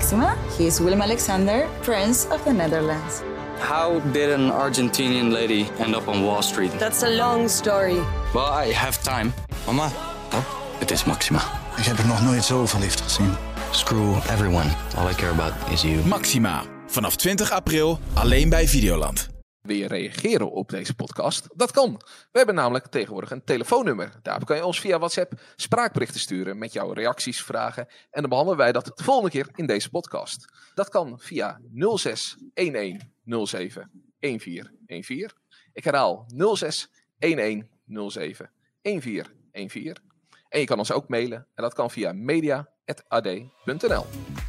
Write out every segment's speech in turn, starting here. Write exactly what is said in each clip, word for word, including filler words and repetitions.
Maxima. He is Willem-Alexander, Prince of the Netherlands. How did an Argentinian lady end up on Wall Street? That's a long story. Well, I have time. Mama, Oh, het is Maxima. ik heb er nog nooit zo verliefd gezien. Screw everyone. All I care about is you. Maxima. Vanaf twintig april alleen bij Videoland. Wil je reageren op deze podcast? Dat kan. We hebben namelijk tegenwoordig een telefoonnummer. Daarop kan je ons via WhatsApp spraakberichten sturen met jouw reacties, vragen. En dan behandelen wij dat de volgende keer in deze podcast. Dat kan via nul zes een een nul zeven een vier een vier. Ik herhaal nul zes een een nul zeven een vier een vier. En je kan ons ook mailen. En dat kan via media punt a d punt n l.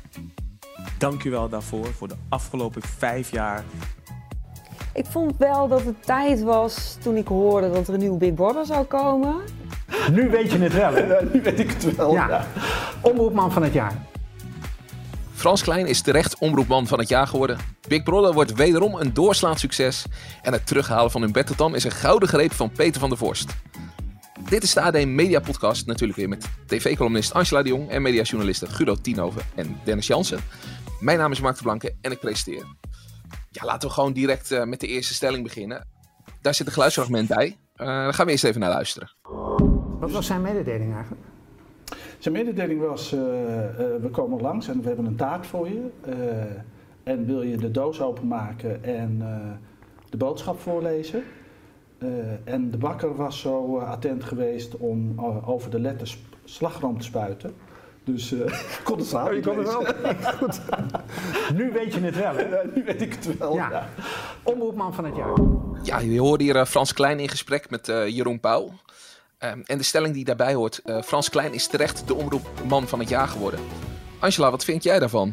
Dank u wel daarvoor, voor de afgelopen vijf jaar. Ik vond wel dat het tijd was toen ik hoorde dat er een nieuwe Big Brother zou komen. Nu weet je het wel, hè? Ja, nu weet ik het wel. Ja. Ja. Omroepman van het jaar. Frans Klein is terecht omroepman van het jaar geworden. Big Brother wordt wederom een doorslaand succes. En het terughalen van Humberto Tan is een gouden greep van Peter van der Vorst. Dit is de A D Media Podcast, natuurlijk weer met tv-columnist Angela de Jong en mediajournalisten Guido Tienhoven en Dennis Jansen. Mijn naam is Mark de Blanke en ik presenteer. Ja, laten we gewoon direct uh, met de eerste stelling beginnen. Daar zit een geluidsfragment bij. Uh, daar gaan we eerst even naar luisteren. Wat was zijn mededeling eigenlijk? Zijn mededeling was, uh, uh, we komen langs en we hebben een taart voor je. Uh, en wil je de doos openmaken en uh, de boodschap voorlezen. Uh, en de bakker was zo uh, attent geweest om uh, over de letters slagroom te spuiten. Dus uh, ik kon het samen Oh, je kon het wel. Goed. Nu weet je het wel, hè? Ja, nu weet ik het wel. Ja. Ja. Omroepman van het jaar. Ja, je hoorde hier uh, Frans Klein in gesprek met uh, Jeroen Pauw. Um, en de stelling die daarbij hoort, uh, Frans Klein is terecht de omroepman van het jaar geworden. Angela, wat vind jij daarvan?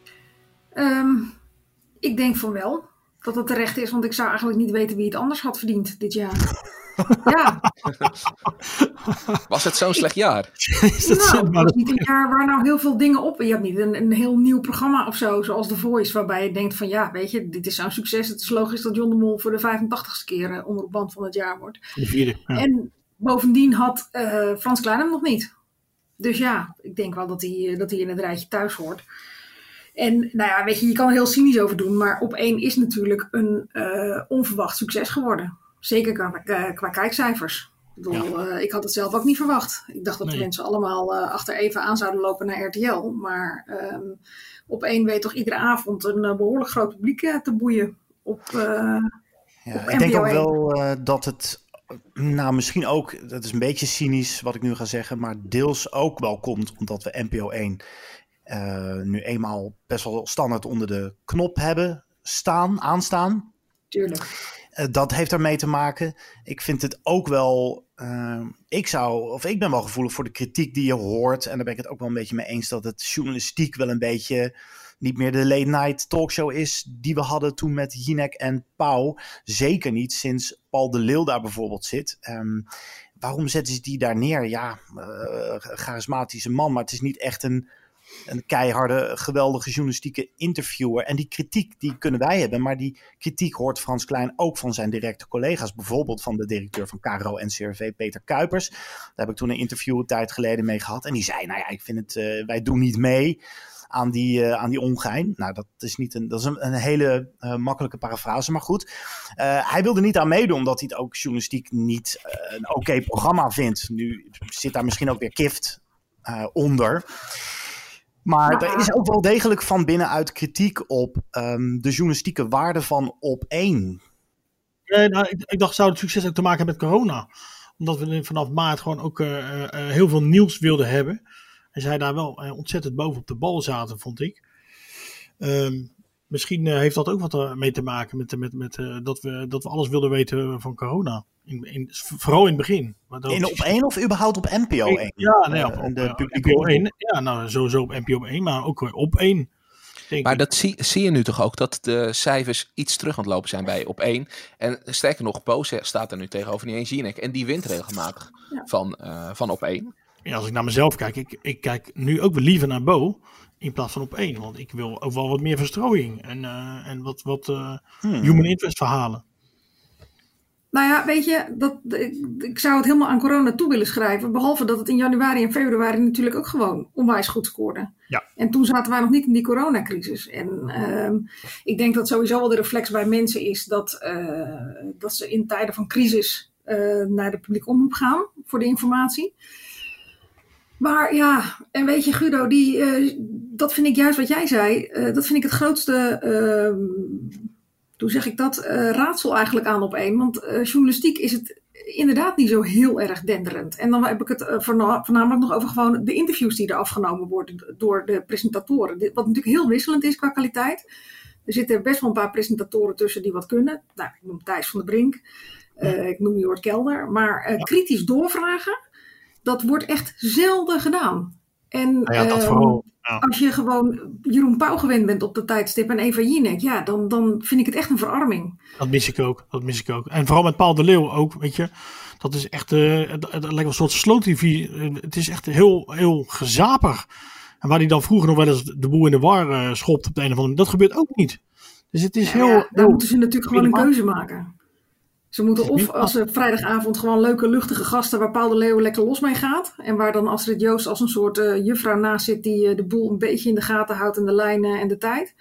Um, ik denk van wel dat het terecht is, want ik zou eigenlijk niet weten wie het anders had verdiend dit jaar. Ja. Was het zo'n slecht jaar? Nou, het was niet een jaar waar nou heel veel dingen op... Je hebt niet een, een heel nieuw programma of zo, zoals The Voice... waarbij je denkt van ja, weet je, dit is zo'n succes. Het is logisch dat John de Mol voor de vijfentachtigste keer uh, omroepman van het jaar wordt. De vierde, ja. En bovendien had uh, Frans Klein hem nog niet. Dus ja, ik denk wel dat hij, dat hij in het rijtje thuis hoort. En nou ja, weet je, je kan er heel cynisch over doen... maar Op één is natuurlijk een uh, onverwacht succes geworden... Zeker qua, qua kijkcijfers. Ik, bedoel, ja. uh, ik had het zelf ook niet verwacht. Ik dacht dat nee. de mensen allemaal uh, achter even aan zouden lopen naar R T L. Maar um, Op één weet toch iedere avond een uh, behoorlijk groot publiek uh, te boeien. Op, uh, ja, op ik denk ook wel uh, dat het, nou misschien ook, dat is een beetje cynisch wat ik nu ga zeggen. Maar deels ook wel komt omdat we N P O één uh, nu eenmaal best wel standaard onder de knop hebben staan, aanstaan. Tuurlijk. Uh, dat heeft ermee te maken. Ik vind het ook wel... Uh, ik zou... Of ik ben wel gevoelig voor de kritiek die je hoort. En daar ben ik het ook wel een beetje mee eens... dat het journalistiek wel een beetje... niet meer de late night talkshow is... die we hadden toen met Jinek en Pauw. Zeker niet sinds Paul de Leeuw daar bijvoorbeeld zit. Um, waarom zetten ze die daar neer? Ja, uh, charismatische man... maar het is niet echt een... een keiharde, geweldige journalistieke interviewer. En die kritiek, die kunnen wij hebben. Maar die kritiek hoort Frans Klein ook van zijn directe collega's. Bijvoorbeeld van de directeur van K R O en C R V, Peter Kuipers. Daar heb ik toen een interview een tijd geleden mee gehad. En die zei, nou ja, ik vind het, uh, wij doen niet mee aan die, uh, aan die ongein. Nou, dat is, niet een, dat is een, een hele uh, makkelijke parafrase, maar goed. Uh, hij wilde niet aan meedoen, omdat hij het ook journalistiek niet uh, een oké okay programma vindt. Nu zit daar misschien ook weer Kift uh, onder. Maar er is ook wel degelijk van binnenuit kritiek op um, de journalistieke waarde van Op één. Ja, nou, ik, ik dacht, zou het succes ook te maken hebben met corona? Omdat we vanaf maart gewoon ook uh, uh, heel veel nieuws wilden hebben. En zij daar wel uh, ontzettend boven op de bal zaten, vond ik. Um, misschien uh, heeft dat ook wat mee te maken met, met, met uh, dat, we, dat we alles wilden weten van corona. In, in, vooral in het begin. In Op één of überhaupt op N P O één? Ja, nee, op, op, de N P O één. Ja, nou sowieso op N P O één, maar ook op één. Maar ik. dat zie, zie je nu toch ook, dat de cijfers iets terug aan het lopen zijn bij Op één. En sterker nog, Bo staat er nu tegenover niet eens Jinek. En die wint regelmatig ja. van, uh, van Op één. Ja, als ik naar mezelf kijk, ik, ik kijk nu ook weer liever naar Bo in plaats van Op één. Want ik wil ook wel wat meer verstrooiing en, uh, en wat, wat uh, hmm. human interest verhalen. Nou ja, weet je, dat, ik, ik zou het helemaal aan corona toe willen schrijven. Behalve dat het in januari en februari natuurlijk ook gewoon onwijs goed scoorde. Ja. En toen zaten wij nog niet in die coronacrisis. En uh, ik denk dat sowieso wel de reflex bij mensen is dat, uh, dat ze in tijden van crisis uh, naar de publieke omroep gaan voor de informatie. Maar ja, en weet je Guido, die, uh, dat vind ik juist wat jij zei. Uh, dat vind ik het grootste... Uh, Hoe zeg ik dat? Uh, raadsel eigenlijk aan op één. Want uh, journalistiek is het inderdaad niet zo heel erg denderend. En dan heb ik het uh, voorna- voornamelijk nog over gewoon de interviews die er afgenomen worden door de presentatoren. Dit, wat natuurlijk heel wisselend is qua kwaliteit. Er zitten best wel een paar presentatoren tussen die wat kunnen. Nou, ik noem Thijs van der Brink. Uh, ik noem Jort Kelder. Maar uh, kritisch doorvragen, dat wordt echt zelden gedaan. En ja, dat uh, vooral. Ja. Als je gewoon Jeroen Pauw gewend bent op de tijdstip en Eva Jinek, ja, dan, dan vind ik het echt een verarming. Dat mis ik ook, dat mis ik ook. En vooral met Paul de Leeuw ook, weet je. Dat is echt, uh, het, het lijkt wel een soort slow-T V. Uh, het is echt heel, heel gezapig. En waar hij dan vroeger nog wel eens de boel in de war uh, schopt op de een of andere manier, dat gebeurt ook niet. Dus het is ja, heel... Ja, daar heel, moeten ze natuurlijk gewoon een keuze maken. Ze moeten of als ze vrijdagavond gewoon leuke luchtige gasten waar Paul de Leeuw lekker los mee gaat. En waar dan Astrid Joost als een soort uh, juffrouw naast zit die uh, de boel een beetje in de gaten houdt en de lijnen en de tijd.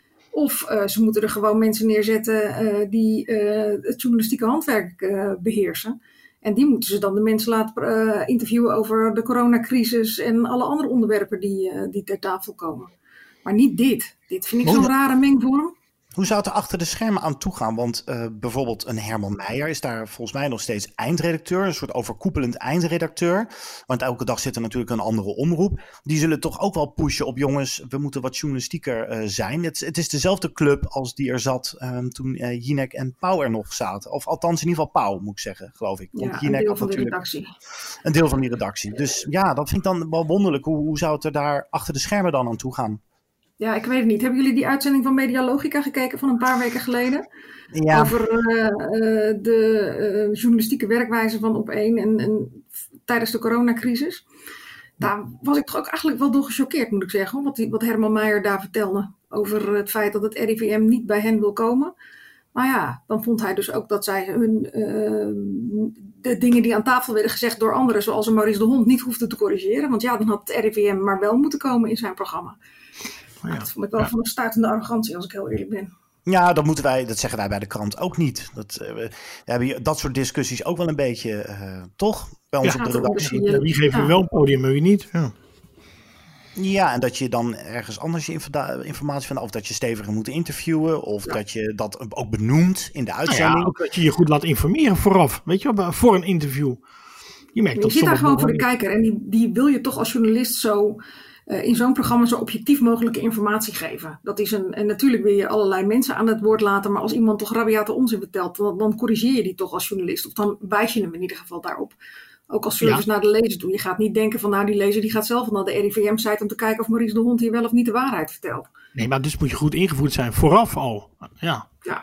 Of uh, ze moeten er gewoon mensen neerzetten uh, die uh, het journalistieke handwerk uh, beheersen. En die moeten ze dan de mensen laten uh, interviewen over de coronacrisis en alle andere onderwerpen die, uh, die ter tafel komen. Maar niet dit. Dit vind ik zo'n rare mengvorm. Hoe zou het er achter de schermen aan toe gaan? Want uh, bijvoorbeeld een Herman Meijer is daar volgens mij nog steeds eindredacteur. Een soort overkoepelend eindredacteur. Want elke dag zit er natuurlijk een andere omroep. Die zullen toch ook wel pushen op jongens, we moeten wat journalistieker uh, zijn. Het, het is dezelfde club als die er zat um, toen uh, Jinek en Pauw er nog zaten. Of althans in ieder geval Pauw moet ik zeggen, geloof ik. Want ja, Jinek een deel had van natuurlijk de redactie. Een deel van die redactie. Dus ja, dat vind ik dan wel wonderlijk. Hoe, hoe zou het er daar achter de schermen dan aan toe gaan? Ja, ik weet het niet. Hebben jullie die uitzending van Medialogica gekeken van een paar weken geleden? Ja. Over uh, uh, de uh, journalistieke werkwijze van Op één en, en tijdens de coronacrisis. Daar was ik toch ook eigenlijk wel door gechoqueerd, moet ik zeggen. Wat, die, wat Herman Meijer daar vertelde over het feit dat het R I V M niet bij hen wil komen. Maar ja, dan vond hij dus ook dat zij hun, uh, de dingen die aan tafel werden gezegd door anderen, zoals een Maurice de Hond, niet hoefden te corrigeren. Want ja, dan had het R I V M maar wel moeten komen in zijn programma. Ja, dat vond ik wel ja. van een stuitende arrogantie, als ik heel eerlijk ben. Ja, dat moeten wij, dat zeggen wij bij de krant ook niet. Dat, uh, we hebben dat soort discussies ook wel een beetje, uh, toch? Bij ons ja, op de redactie. Ja, wie geeft ja. wel een podium en wie niet? Ja. Ja, en dat je dan ergens anders je informatie vindt, of dat je steviger moet interviewen, of ja. dat je dat ook benoemt in de uitzending. Ja, ook dat je je goed laat informeren vooraf, weet je wel, voor een interview. Je, merkt je dat zit daar gewoon voor de kijker en die, die wil je toch als journalist zo uh, in zo'n programma zo objectief mogelijke informatie geven. Dat is een, en natuurlijk wil je allerlei mensen aan het woord laten, maar als iemand toch rabiate onzin vertelt, dan, dan corrigeer je die toch als journalist, of dan wijs je hem in ieder geval daarop. Ook als service ja. naar de lezer toe. Je gaat niet denken van nou die lezer die gaat zelf naar de R I V M-site om te kijken of Maurice de Hond hier wel of niet de waarheid vertelt. Nee, maar dus moet je goed ingevoerd zijn, vooraf al. Ja. Ja.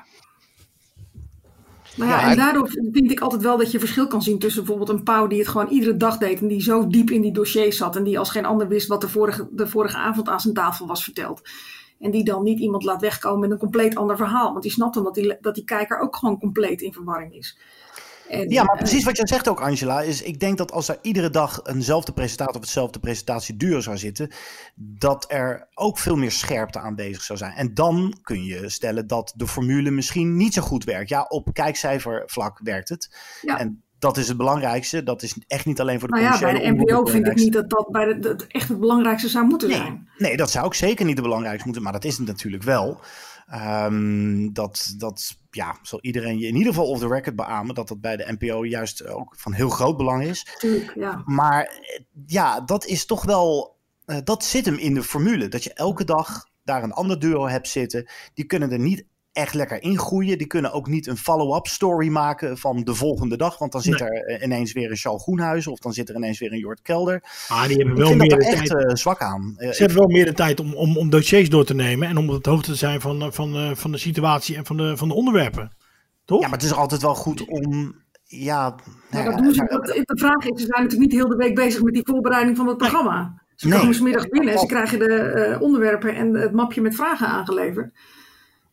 Nou ja, ja, en daardoor vind ik altijd wel dat je verschil kan zien tussen bijvoorbeeld een Pauw die het gewoon iedere dag deed en die zo diep in die dossiers zat en die als geen ander wist wat de vorige, de vorige avond aan zijn tafel was verteld. En die dan niet iemand laat wegkomen met een compleet ander verhaal. Want die snapt dan dat die, dat die kijker ook gewoon compleet in verwarring is. En, ja, maar precies wat jij zegt ook, Angela, is ik denk dat als er iedere dag eenzelfde presentator of hetzelfde presentatieduur zou zitten, dat er ook veel meer scherpte aanwezig zou zijn. En dan kun je stellen dat de formule misschien niet zo goed werkt. Ja, op kijkcijfervlak werkt het. Ja. En dat is het belangrijkste. Dat is echt niet alleen voor de nou commerciële ja, bij de N P O vind ik niet dat dat bij de, dat echt het belangrijkste zou moeten nee, zijn. Nee, dat zou ook zeker niet het belangrijkste moeten, maar dat is het natuurlijk wel. Um, dat, dat ja, zal iedereen je in ieder geval off the record beamen dat dat bij de N P O juist ook van heel groot belang is. Tuurlijk, ja. Maar ja, dat is toch wel, uh, dat zit hem in de formule. Dat je elke dag daar een ander duo hebt zitten. Die kunnen er niet echt lekker ingroeien. Die kunnen ook niet een follow-up story maken van de volgende dag. Want dan zit nee. er ineens weer een Charles Groenhuizen of dan zit er ineens weer een Jort Kelder. Ah, die hebben ik wel vind meer dat de er echt tijd. uh, zwak aan. Ze uh, hebben wel meer de tijd om, om, om dossiers door te nemen en om op de hoogte te zijn van, van, uh, van de situatie en van de, van de onderwerpen. Toch? Ja, maar het is altijd wel goed om... Ja, nou, dat doen ze, dat, de vraag is, ze zijn natuurlijk niet heel de week bezig met die voorbereiding van het programma. Ze nee. komen 's middags binnen, ze krijgen de uh, onderwerpen en het mapje met vragen aangeleverd.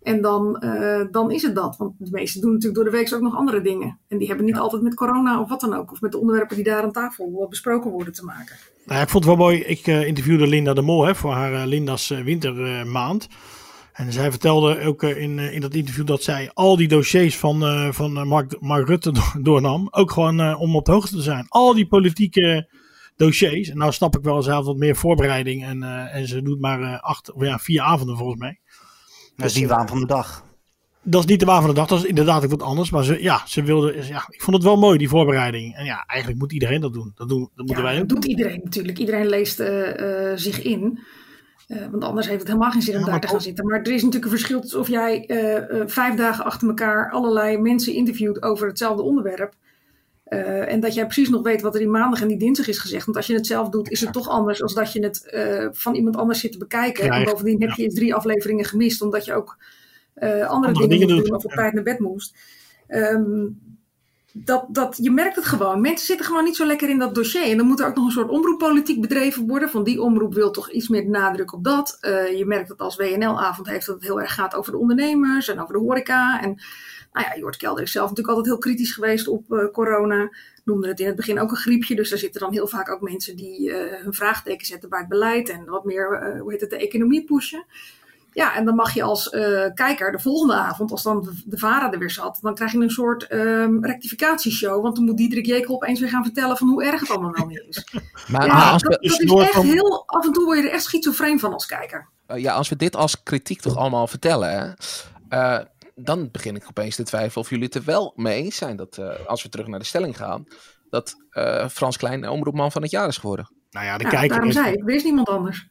En dan, uh, dan is het dat. Want de meesten doen natuurlijk door de week ook nog andere dingen. En die hebben niet altijd met corona of wat dan ook. Of met de onderwerpen die daar aan tafel besproken worden te maken. Nou, ik vond het wel mooi. Ik uh, interviewde Linda de Mol hè, voor haar uh, Linda's uh, wintermaand. Uh, en zij vertelde ook uh, in, uh, in dat interview dat zij al die dossiers van, uh, van uh, Mark, Mark Rutte do- doornam. Ook gewoon uh, om op de hoogte te zijn. Al die politieke dossiers. En nou snap ik wel, ze had wat meer voorbereiding. En, uh, en ze doet maar uh, acht, of ja, vier avonden volgens mij. Dat is die waan van de dag. Dat is niet de waan van de dag, dat is inderdaad ook wat anders. Maar ze, ja, ze wilde, ja, ik vond het wel mooi, die voorbereiding. En ja, eigenlijk moet iedereen dat doen. Dat, doen, dat moeten ja, wij ook dat doet doen. iedereen natuurlijk. Iedereen leest uh, uh, zich in. Uh, want anders heeft het helemaal geen zin om ja, daar te gaan zitten. Maar er is natuurlijk een verschil tussen of jij uh, uh, vijf dagen achter elkaar allerlei mensen interviewt over hetzelfde onderwerp. Uh, en dat jij precies nog weet wat er die maandag en die dinsdag is gezegd. Want als je het zelf doet, is het toch anders dan dat je het uh, van iemand anders zit te bekijken. Ja, en bovendien heb je ja. drie afleveringen gemist, omdat je ook uh, andere, andere dingen, dingen moet doen of op ja. tijd naar bed moest. Um, dat, dat, je merkt het gewoon. Mensen zitten gewoon niet zo lekker in dat dossier. En dan moet er ook nog een soort omroeppolitiek bedreven worden. Van die omroep wil toch iets meer nadruk op dat. Uh, je merkt dat als W N L-avond heeft dat het heel erg gaat over de ondernemers en over de horeca. En nou ja, Jort Kelder is zelf natuurlijk altijd heel kritisch geweest op uh, corona. Noemde het in het begin ook een griepje. Dus daar zitten dan heel vaak ook mensen die uh, hun vraagteken zetten bij het beleid. En wat meer, uh, hoe heet het, de economie pushen. Ja, en dan mag je als uh, kijker de volgende avond, als dan de, de VARA er weer zat, dan krijg je een soort um, rectificatieshow. Want dan moet Diederik Jekyll opeens weer gaan vertellen van hoe erg het allemaal wel niet is. Maar, ja, maar als we, dat, dat is echt van... heel, af en toe word je er echt schizofreen van als kijker. Uh, ja, als we dit als kritiek toch allemaal vertellen, hè, uh, dan begin ik opeens te twijfelen of jullie het er wel mee eens zijn. Dat uh, als we terug naar de stelling gaan, dat uh, Frans Klein omroepman van het jaar is geworden. Nou ja, de ja, kijker daarom is... zei ik, er is niemand anders.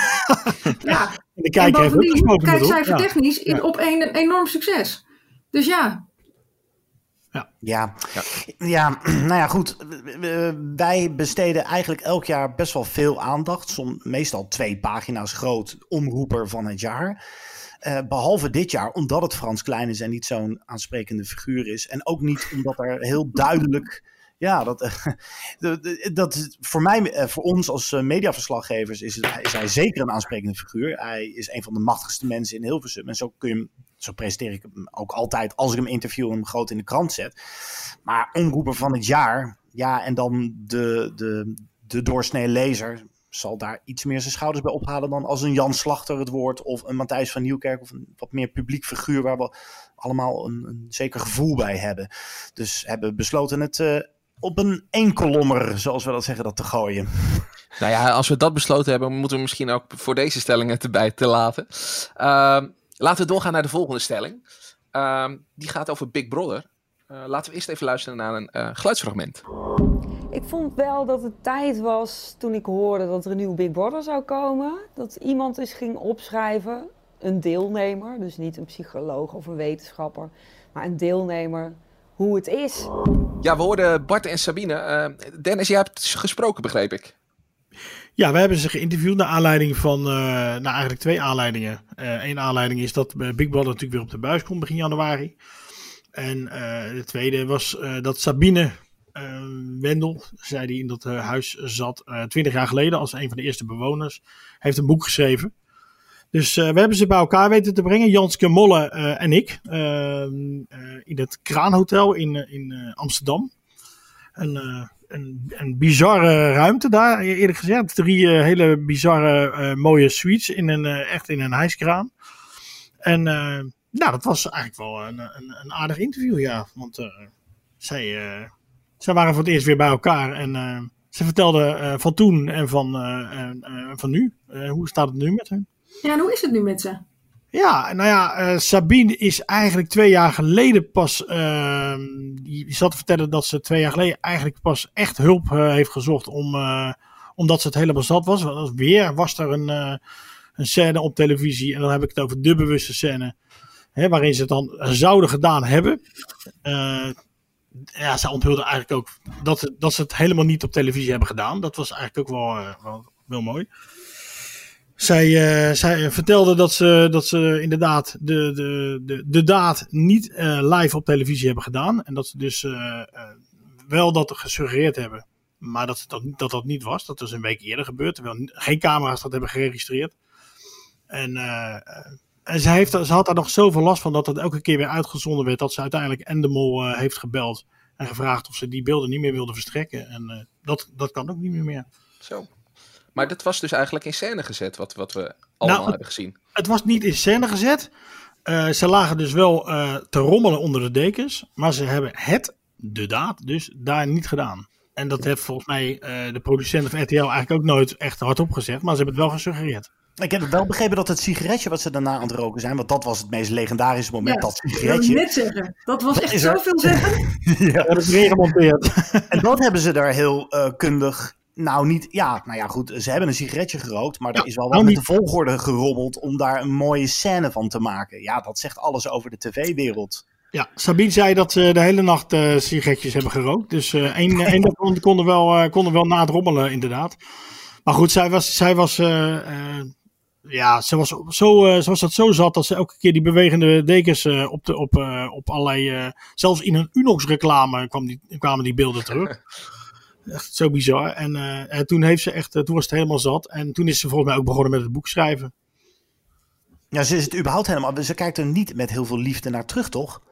ja, de kijker en bovendien, kijkcijfertechnisch ja. ja. op een, een enorm succes. Dus ja. Ja. Ja. ja, ja, nou ja, goed. Wij besteden eigenlijk elk jaar best wel veel aandacht. Som, meestal twee pagina's groot, omroeper van het jaar. Uh, behalve dit jaar, omdat het Frans Klein is en niet zo'n aansprekende figuur is. En ook niet omdat er heel duidelijk... Ja, dat, uh, dat voor mij, uh, voor ons als uh, mediaverslaggevers is, het, is hij zeker een aansprekende figuur. Hij is een van de machtigste mensen in Hilversum. En zo kun je hem, zo presenteer ik hem ook altijd als ik hem interview en hem groot in de krant zet. Maar omroeper van het jaar, ja, en dan de, de, de doorsnee lezer zal daar iets meer zijn schouders bij ophalen dan als een Jan Slachter het woord of een Matthijs van Nieuwkerk of een wat meer publiek figuur waar we allemaal een, een zeker gevoel bij hebben. Dus hebben we besloten het uh, op een éénkolommer, zoals we dat zeggen, dat te gooien. Nou ja, als we dat besloten hebben, moeten we misschien ook voor deze stelling het erbij te laten. Uh, laten we doorgaan naar de volgende stelling. Uh, die gaat over Big Brother. Uh, laten we eerst even luisteren naar een uh, geluidsfragment. Ik vond wel dat het tijd was, toen ik hoorde dat er een nieuwe Big Brother zou komen, dat iemand eens ging opschrijven, een deelnemer, dus niet een psycholoog of een wetenschapper, maar een deelnemer, hoe het is. Ja, we hoorden Bart en Sabine. Uh, Dennis, jij hebt gesproken, begreep ik. Ja, we hebben ze geïnterviewd naar aanleiding van, uh, nou eigenlijk twee aanleidingen. Eén uh, aanleiding is dat Big Brother natuurlijk weer op de buis komt begin januari. En uh, de tweede was uh, dat Sabine uh, Wendel, zij die in dat uh, huis zat, twintig uh, jaar geleden als een van de eerste bewoners, heeft een boek geschreven. Dus uh, we hebben ze bij elkaar weten te brengen, Janske Molle uh, en ik, uh, uh, in het Kraanhotel in, uh, in uh, Amsterdam. Een, uh, een, een bizarre ruimte daar, eerlijk gezegd. Drie uh, hele bizarre uh, mooie suites, in een, uh, echt in een hijskraan. En uh, nou, dat was eigenlijk wel een, een, een aardig interview, ja. Want uh, zij, uh, zij waren voor het eerst weer bij elkaar en uh, ze vertelden uh, van toen en van, uh, uh, van nu. Uh, hoe staat het nu met hen? Ja, en hoe is het nu met ze? Ja, nou ja, uh, Sabine is eigenlijk twee jaar geleden pas, uh, die, die zat te vertellen dat ze twee jaar geleden eigenlijk pas echt hulp uh, heeft gezocht om, uh, omdat ze het helemaal zat was. Want weer was er een, uh, een scène op televisie en dan heb ik het over de bewuste scène, hè, waarin ze het dan zouden gedaan hebben. Uh, ja, ze onthulde eigenlijk ook dat, dat ze het helemaal niet op televisie hebben gedaan. Dat was eigenlijk ook wel, uh, wel, wel mooi. Zij, uh, zij vertelde dat ze, dat ze inderdaad de, de, de, de daad niet uh, live op televisie hebben gedaan. En dat ze dus uh, uh, wel dat gesuggereerd hebben. Maar dat dat, dat dat niet was. Dat was een week eerder gebeurd. Terwijl geen camera's dat hebben geregistreerd. En, uh, En ze, heeft, ze had daar nog zoveel last van dat het elke keer weer uitgezonden werd. Dat ze uiteindelijk Endemol uh, heeft gebeld. En gevraagd of ze die beelden niet meer wilde verstrekken. En uh, dat, dat kan ook niet meer meer. Zo. Maar dat was dus eigenlijk in scène gezet, wat, wat we allemaal nou, hebben gezien. Het was niet in scène gezet. Uh, ze lagen dus wel uh, te rommelen onder de dekens. Maar ze hebben het, de daad, dus daar niet gedaan. En dat heeft volgens mij uh, de producent van R T L eigenlijk ook nooit echt hardop gezegd. Maar ze hebben het wel gesuggereerd. Ik heb wel begrepen dat het sigaretje wat ze daarna aan het roken zijn, want dat was het meest legendarische moment, ja, dat sigaretje. Ik wil net zeggen, dat was dat echt zoveel zeggen. Ja, dat is weer gemonteerd. En dat hebben ze daar heel uh, kundig, nou niet, ja, nou ja goed, ze hebben een sigaretje gerookt, maar ja, er is wel wat nou met niet. de volgorde gerommeld om daar een mooie scène van te maken. Ja, dat zegt alles over de tv-wereld. Ja, Sabine zei dat ze de hele nacht uh, sigaretjes hebben gerookt, dus uh, één, één daarvan konden wel, uh, konden wel na het rommelen inderdaad. Maar goed, zij was, zij was uh, uh, ja, ze was, zo, uh, ze was dat zo zat dat ze elke keer die bewegende dekens uh, op, de, op, uh, op allerlei, uh, zelfs in een Unox reclame kwam die, kwamen die beelden terug. Echt zo bizar. En, uh, en toen heeft ze echt, uh, toen was het helemaal zat. En toen is ze volgens mij ook begonnen met het boek schrijven. Ja, ze is het überhaupt helemaal, ze kijkt er niet met heel veel liefde naar terug, toch?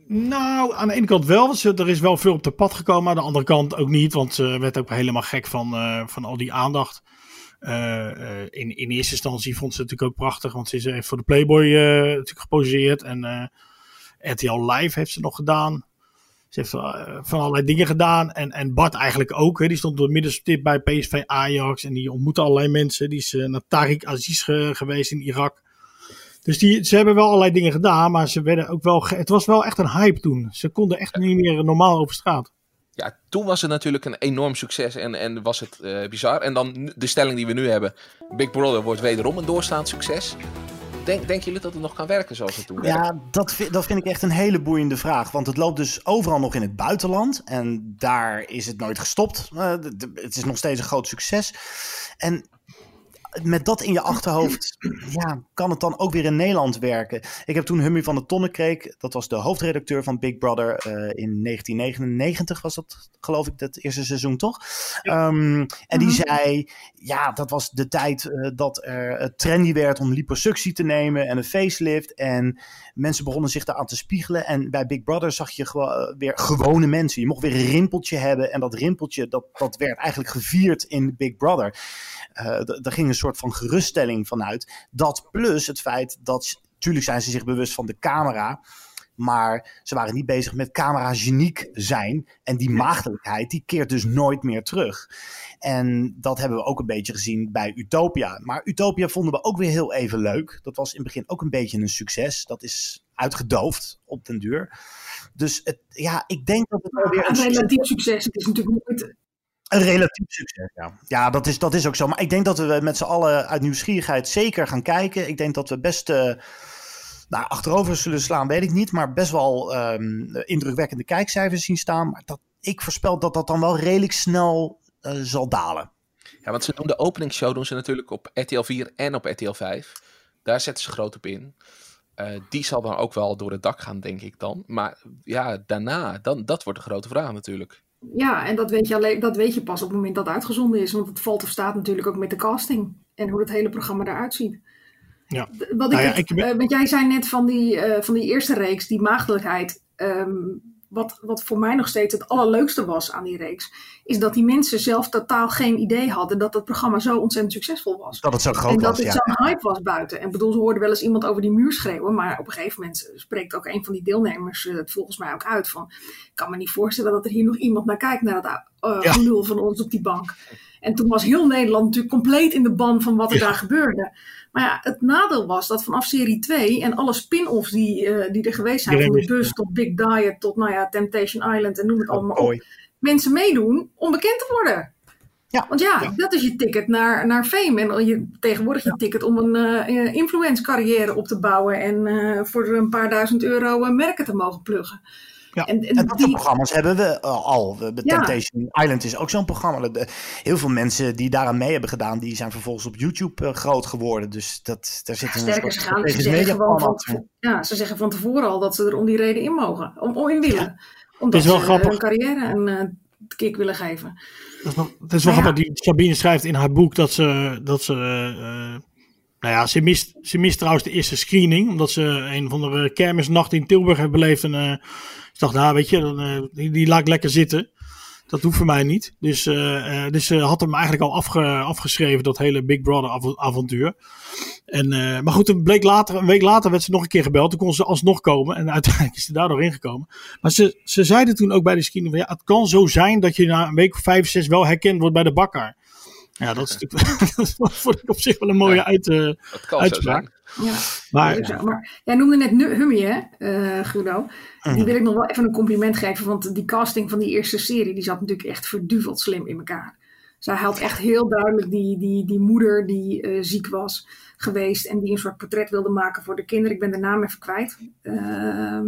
Nou, aan de ene kant wel, want ze, er is wel veel op de pad gekomen. Aan de andere kant ook niet, want ze werd ook helemaal gek van, uh, van al die aandacht. Uh, uh, in, in eerste instantie vond ze het natuurlijk ook prachtig, want ze heeft voor de Playboy uh, natuurlijk geposeerd. En uh, R T L Live heeft ze nog gedaan. Ze heeft uh, van allerlei dingen gedaan. En, en Bart eigenlijk ook. Hè. Die stond op de middenstip bij P S V Ajax. En die ontmoette allerlei mensen. Die is uh, naar Tariq Aziz ge, geweest in Irak. Dus die, ze hebben wel allerlei dingen gedaan. Maar ze werden ook wel ge- het was wel echt een hype toen. Ze konden echt niet meer normaal over straat. Ja, toen was het natuurlijk een enorm succes en, en was het uh, bizar. En dan de stelling die we nu hebben. Big Brother wordt wederom een doorslaand succes. Denk, denken jullie dat het nog kan werken zoals het toen werkte? Ja, dat vind, dat vind ik echt een hele boeiende vraag. Want het loopt dus overal nog in het buitenland. En daar is het nooit gestopt. Uh, de, de, het is nog steeds een groot succes. En met dat in je achterhoofd, ja, kan het dan ook weer in Nederland werken. Ik heb toen Hummy van der Tonnekreek, dat was de hoofdredacteur van Big Brother uh, in negentien negenennegentig was dat, geloof ik, het eerste seizoen, toch? Ja. Um, en die zei, ja, dat was de tijd uh, dat er uh, trendy werd om liposuctie te nemen en een facelift. En mensen begonnen zich daaraan te spiegelen. En bij Big Brother zag je gewo- weer gewone mensen. Je mocht weer een rimpeltje hebben. En dat rimpeltje, dat, dat werd eigenlijk gevierd in Big Brother. Uh, d- daar ging een soort van geruststelling vanuit. Dat plus het feit dat, natuurlijk zijn ze zich bewust van de camera, maar ze waren niet bezig met camera-geniek zijn. En die maagdelijkheid, die keert dus nooit meer terug. En dat hebben we ook een beetje gezien bij Utopia. Maar Utopia vonden we ook weer heel even leuk. Dat was in het begin ook een beetje een succes. Dat is uitgedoofd op den duur. Dus het, ja, ik denk dat het wel weer een, een relatief succes. Het is natuurlijk nooit een relatief succes, ja. Ja, dat is, dat is ook zo. Maar ik denk dat we met z'n allen uit nieuwsgierigheid zeker gaan kijken. Ik denk dat we best uh, nou, achterover zullen slaan, weet ik niet. Maar best wel um, indrukwekkende kijkcijfers zien staan. Maar dat, ik voorspel dat dat dan wel redelijk snel uh, zal dalen. Ja, want ze doen de openingsshow doen ze natuurlijk op R T L vier en op R T L vijf. Daar zetten ze groot op in. Uh, die zal dan ook wel door het dak gaan, denk ik dan. Maar ja, daarna, dan, dat wordt de grote vraag natuurlijk. Ja, en dat weet, je alleen, dat weet je pas op het moment dat het uitgezonden is. Want het valt of staat natuurlijk ook met de casting. En hoe het hele programma eruit ziet. Ja. Wat ik nou ja, het, ik ben... uh, want jij zei net van die, uh, van die eerste reeks, die maagdelijkheid. Um, wat, wat voor mij nog steeds het allerleukste was aan die reeks, is dat die mensen zelf totaal geen idee hadden dat het programma zo ontzettend succesvol was. Dat het zo groot en dat was, het ja. zo'n hype was buiten. En bedoel, ze hoorden wel eens iemand over die muur schreeuwen, maar op een gegeven moment spreekt ook een van die deelnemers uh, het volgens mij ook uit van, ik kan me niet voorstellen dat er hier nog iemand naar kijkt, naar dat uh, Ja. gelul van ons op die bank. En toen was heel Nederland natuurlijk compleet in de ban van wat er Ja. daar gebeurde. Maar ja, het nadeel was dat vanaf serie twee en alle spin-offs die, uh, die er geweest zijn, Iedereen van de wist, bus tot Big Diet tot nou ja, Temptation Island en noem het allemaal op, Mooi. mensen meedoen om bekend te worden. Ja. Want ja, Ja. dat is je ticket naar, naar fame. En je, tegenwoordig je ticket om een uh, influence carrière op te bouwen en uh, voor een paar duizend euro uh, merken te mogen pluggen. Ja. En, en En dat soort die, programma's hebben we uh, al. De Ja. Temptation Island is ook zo'n programma. De, heel veel mensen die daaraan mee hebben gedaan, die zijn vervolgens op YouTube uh, groot geworden. Dus dat, daar zit een sterker, ze, soort gaan, ze, strategisch zeggen gewoon van, mediaprogramma. ja, ze zeggen van tevoren al dat ze er om die reden in mogen. Om, om in willen. Ja. Omdat Het is wel ze grappig. hun carrière een uh, kick willen geven. Dat is, nog, het is wel Maar ja. grappig. Die Sabine schrijft in haar boek dat ze, dat ze uh, nou Nou ja, ze mist, ze mist trouwens de eerste screening. Omdat ze een van de kermisnacht in Tilburg heeft beleefd. En uh, ik dacht, nou weet je, dan, uh, die, die laat ik lekker zitten. Dat hoeft voor mij niet. Dus, uh, uh, dus ze had hem eigenlijk al afge, afgeschreven, dat hele Big Brother av- avontuur. En, uh, maar goed, een, bleek later, een week later werd ze nog een keer gebeld. Toen kon ze alsnog komen. En uiteindelijk is ze daar doorheen gekomen. Maar ze, ze zeiden toen ook bij de screening van, ja, het kan zo zijn dat je na een week of vijf, zes wel herkend wordt bij de bakker. Ja, dat is natuurlijk dat vond ik op zich wel een mooie ja, uit, uh, uitspraak. Ja, maar, ja. maar jij noemde net Hummy, hè, uh, Guido. Die wil ik nog wel even een compliment geven. Want die casting van die eerste serie, die zat natuurlijk echt verduveld slim in elkaar. Zij had echt heel duidelijk die, die, die moeder die uh, ziek was geweest. En die een soort portret wilde maken voor de kinderen. Ik ben de naam even kwijt. Uh,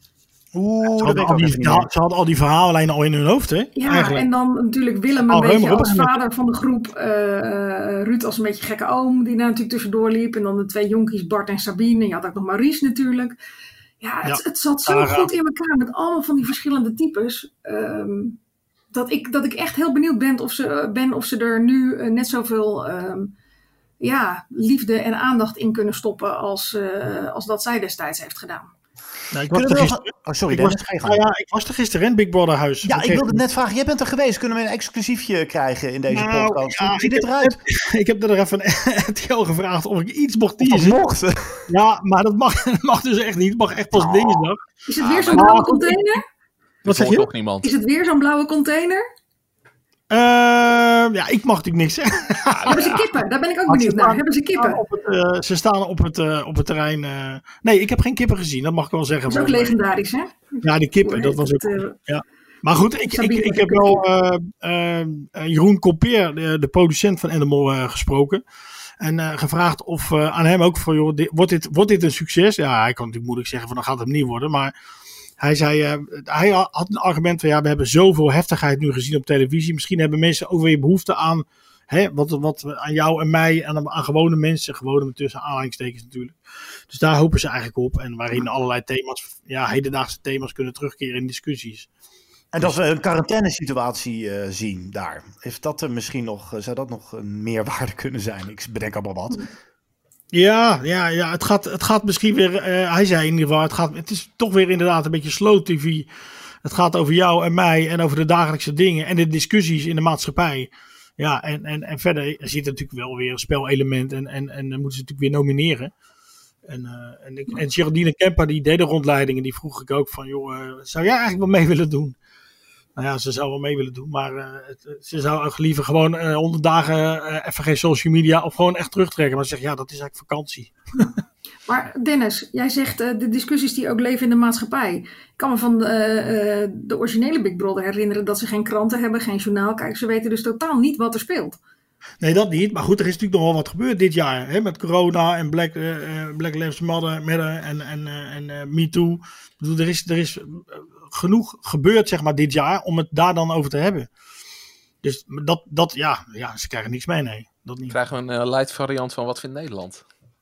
Oeh, ze, hadden al die, ze hadden al die verhaallijnen al in hun hoofd, hè? Ja, eigenlijk. En dan natuurlijk Willem een beetje als vader van de groep. Uh, Ruud als een beetje gekke oom, die daar natuurlijk tussendoor liep. En dan de twee jonkies, Bart en Sabine. En je had ook nog Maurice natuurlijk. Ja, het, ja, het zat zo Sarah. goed in elkaar met allemaal van die verschillende types. Um, dat, ik, dat ik echt heel benieuwd ben of ze, ben of ze er nu uh, net zoveel um, ja, liefde en aandacht in kunnen stoppen als, uh, als dat zij destijds heeft gedaan. Nou, ik, was er gisteren, oh, sorry, ik, Dennis, was, ah, ja, ik was er gisteren in Big Brother huis. Ja, ik wilde het net vragen. Jij bent er geweest. Kunnen we een exclusiefje krijgen in deze nou, podcast? Hoe ja, ziet dit eruit? Heb, ik heb er even een R T L gevraagd of ik iets mocht teasen. mocht? Ja, maar dat mag, dat mag dus echt niet. Het mag echt pas oh. dinsdag. Is het weer zo'n ah, blauwe container? Wat zeg je? Toch niemand. Is het weer zo'n blauwe container? Uh, ja, ik mag natuurlijk niks zeggen. Ja, hebben ze kippen? Daar ben ik ook benieuwd naar. Hebben ze kippen? Op het, uh, ze staan op het, uh, op het terrein. Uh... Nee, ik heb geen kippen gezien. Dat mag ik wel zeggen. Dat is ook legendarisch, hè? Ja, die kippen. Dat was ook... Het, uh... ja. Maar goed, ik, ik, ik heb wel uh, uh, Jeroen Compeer, de, de producent van Animal, uh, gesproken. En uh, gevraagd of uh, aan hem ook van, joh, dit, wordt, dit, wordt dit een succes? Ja, hij kan natuurlijk moeilijk zeggen van, dan gaat het niet worden. Maar hij zei, uh, hij had een argument van, ja, we hebben zoveel heftigheid nu gezien op televisie. Misschien hebben mensen ook weer behoefte aan, hè, wat, wat aan jou en mij en aan, aan gewone mensen. Gewone tussen aanhalingstekens natuurlijk. Dus daar hopen ze eigenlijk op. En waarin allerlei thema's, ja, hedendaagse thema's kunnen terugkeren in discussies. En dat we een quarantainesituatie uh, zien daar. Heeft dat er misschien nog, zou dat nog een meerwaarde kunnen zijn? Ik bedenk allemaal wat. Ja, ja, ja het, gaat, het gaat misschien weer, uh, hij zei in ieder geval, het, gaat, het is toch weer inderdaad een beetje slow T V. Het gaat over jou en mij en over de dagelijkse dingen en de discussies in de maatschappij. Ja, en, en, en verder zit er natuurlijk wel weer een spelelement en, en, en dan moeten ze natuurlijk weer nomineren. En, uh, en, en Geraldine Kemper, die deed de rondleidingen, die vroeg ik ook van, joh, uh, zou jij eigenlijk wel mee willen doen? Nou ja, ze zou wel mee willen doen, maar uh, het, ze zou ook liever gewoon uh, honderd dagen uh, even geen social media of gewoon echt terugtrekken. Maar ze zegt, ja, dat is eigenlijk vakantie. Maar Dennis, jij zegt uh, de discussies die ook leven in de maatschappij. Ik kan me van de, uh, de originele Big Brother herinneren dat ze geen kranten hebben, geen journaal. Kijk, ze weten dus totaal niet wat er speelt. Nee, dat niet. Maar goed, er is natuurlijk nog wel wat gebeurd dit jaar. Hè, met corona en Black, uh, Black Lives Matter, Matter en, en, uh, en uh, Me Too. Ik bedoel, er is, er is genoeg gebeurd, zeg maar, dit jaar om het daar dan over te hebben. Dus dat, dat ja, ja, ze krijgen niks mee, nee. Dat niet. Krijgen we een uh, light variant van wat vindt Nederland?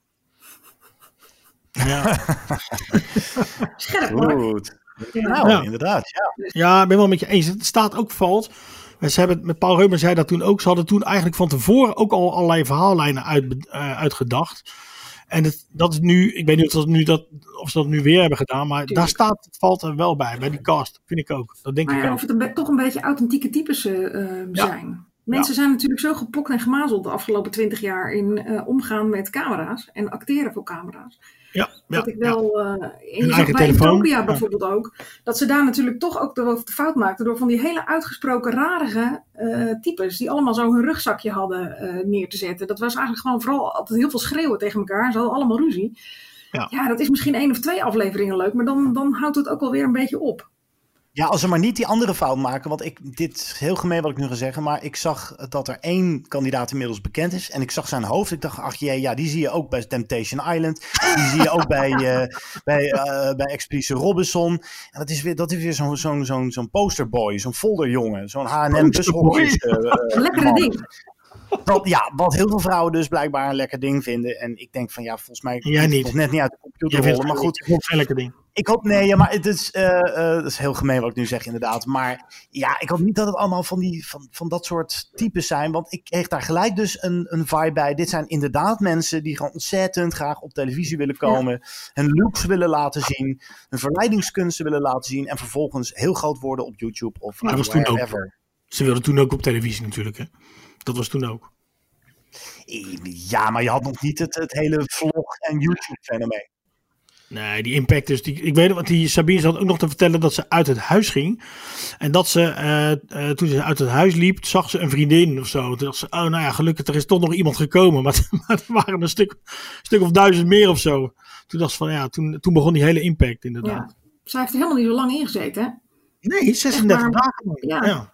Ja. Scherp hoor. Goed. Nou, ja. Inderdaad, ja. Ja, ik ben wel met je eens. Het staat ook valt. Ze hebben, met Paul Reumer zei dat toen ook. Ze hadden toen eigenlijk van tevoren ook al allerlei verhaallijnen uit, uh, uitgedacht. En het, dat is nu, ik weet niet of, dat nu dat, of ze dat nu weer hebben gedaan, maar Tuurlijk. Daar staat, valt er wel bij, bij die cast, vind ik ook. Dat denk maar ik ja, ook. Of het een, toch een beetje authentieke types uh, zijn. Ja. Mensen ja. zijn natuurlijk zo gepokt en gemazeld de afgelopen twintig jaar in uh, omgaan met camera's en acteren voor camera's. Ja, ja, dat ik wel, ja. uh, en je zag bij Utopia bijvoorbeeld ja. ook, dat ze daar natuurlijk toch ook de, de fout maakten door van die hele uitgesproken rarige uh, types, die allemaal zo hun rugzakje hadden uh, neer te zetten. Dat was eigenlijk gewoon vooral altijd heel veel schreeuwen tegen elkaar. Ze hadden allemaal ruzie. Ja, ja dat is misschien één of twee afleveringen leuk, maar dan, dan houdt het ook alweer een beetje op. Ja, als ze maar niet die andere fout maken, want ik, dit is heel gemeen wat ik nu ga zeggen, maar ik zag dat er één kandidaat inmiddels bekend is en ik zag zijn hoofd. Ik dacht, ach jee, ja, die zie je ook bij Temptation Island, die zie je ook bij, uh, bij, uh, bij Expeditie Robinson. En dat is weer, dat is weer zo'n zo'n zo'n zo'n posterboy, zo'n folderjongen, zo'n H en M bushokjes. Uh, uh, Lekkere ding. Dat, ja, wat heel veel vrouwen dus blijkbaar een lekker ding vinden. En ik denk van ja, volgens mij Jij niet. nog net niet uit de computer rollen, maar goed. Een lekker ding. Ik hoop, nee, ja, maar het is, uh, uh, dat is heel gemeen wat ik nu zeg inderdaad. Maar ja, ik hoop niet dat het allemaal van, die, van, van dat soort types zijn. Want ik kreeg daar gelijk dus een, een vibe bij. Dit zijn inderdaad mensen die gewoon ontzettend graag op televisie willen komen. Ja. Hun looks willen laten zien. Hun verleidingskunsten willen laten zien. En vervolgens heel groot worden op YouTube of ja, was toen ook. Ze wilden toen ook op televisie natuurlijk, hè. Dat was toen ook. Ja, maar je had nog niet het, het hele vlog- en YouTube-fenomeen. Nee, die impact dus. Die, ik weet het, want die Sabine zat ook nog te vertellen dat ze uit het huis ging. En dat ze, uh, uh, toen ze uit het huis liep, zag ze een vriendin of zo. Toen dacht ze, oh nou ja, gelukkig, er is toch nog iemand gekomen. Maar, maar er waren een stuk, stuk of duizend meer of zo. Toen dacht ze van, ja, toen, toen begon die hele impact inderdaad. Ja. Zij heeft er helemaal niet zo lang ingezeten, hè? Nee, zesendertig dagen. Ja. ja.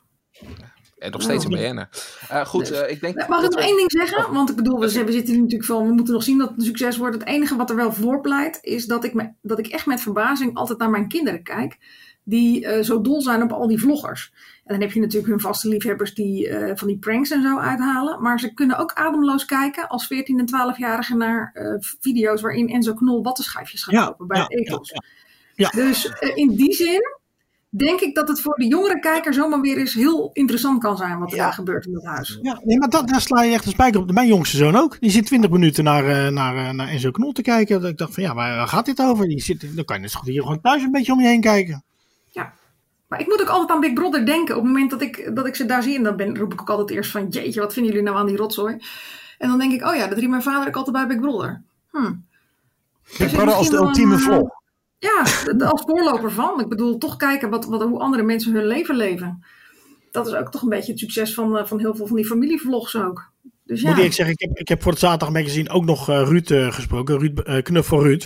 En nog steeds een B N'er. Uh, goed, dus, uh, ik denk... Mag ik nog we... één ding zeggen? Want ik bedoel, we, we zitten hier natuurlijk van, we moeten nog zien dat het een succes wordt. Het enige wat er wel voor pleit, is dat ik, me, dat ik echt met verbazing altijd naar mijn kinderen kijk. Die uh, zo dol zijn op al die vloggers. En dan heb je natuurlijk hun vaste liefhebbers die uh, van die pranks en zo uithalen. Maar ze kunnen ook ademloos kijken als veertien- en twaalfjarigen naar uh, video's waarin Enzo Knol wattenschijfjes gaat ja, kopen bij ja, Ethos. Ja, ja. Ja. Dus uh, in die zin... denk ik dat het voor de jongere kijker zomaar weer eens heel interessant kan zijn wat er ja. gebeurt in dat huis. Ja, nee, maar dat, daar sla je echt een spijker op. Mijn jongste zoon ook. Die zit twintig minuten naar, uh, naar, uh, naar Enzo Knol te kijken. Dat ik dacht van ja, waar gaat dit over? Die zit, dan kan je dus hier gewoon thuis een beetje om je heen kijken. Ja, maar ik moet ook altijd aan Big Brother denken. Op het moment dat ik, dat ik ze daar zie, en dan ben, roep ik ook altijd eerst van jeetje, wat vinden jullie nou aan die rotzooi? En dan denk ik, oh ja, dat riep mijn vader ook altijd bij Big Brother. Hm. Big Brother als de ultieme een, vlog. Ja, als voorloper van. Ik bedoel, toch kijken wat, wat, hoe andere mensen hun leven leven. Dat is ook toch een beetje het succes van, van heel veel van die familievlogs ook. Dus ja. Moet ik zeggen, ik heb, ik heb voor het Zaterdag Magazine ook nog uh, Ruud uh, gesproken. Ruud, uh, Knuffel Ruud.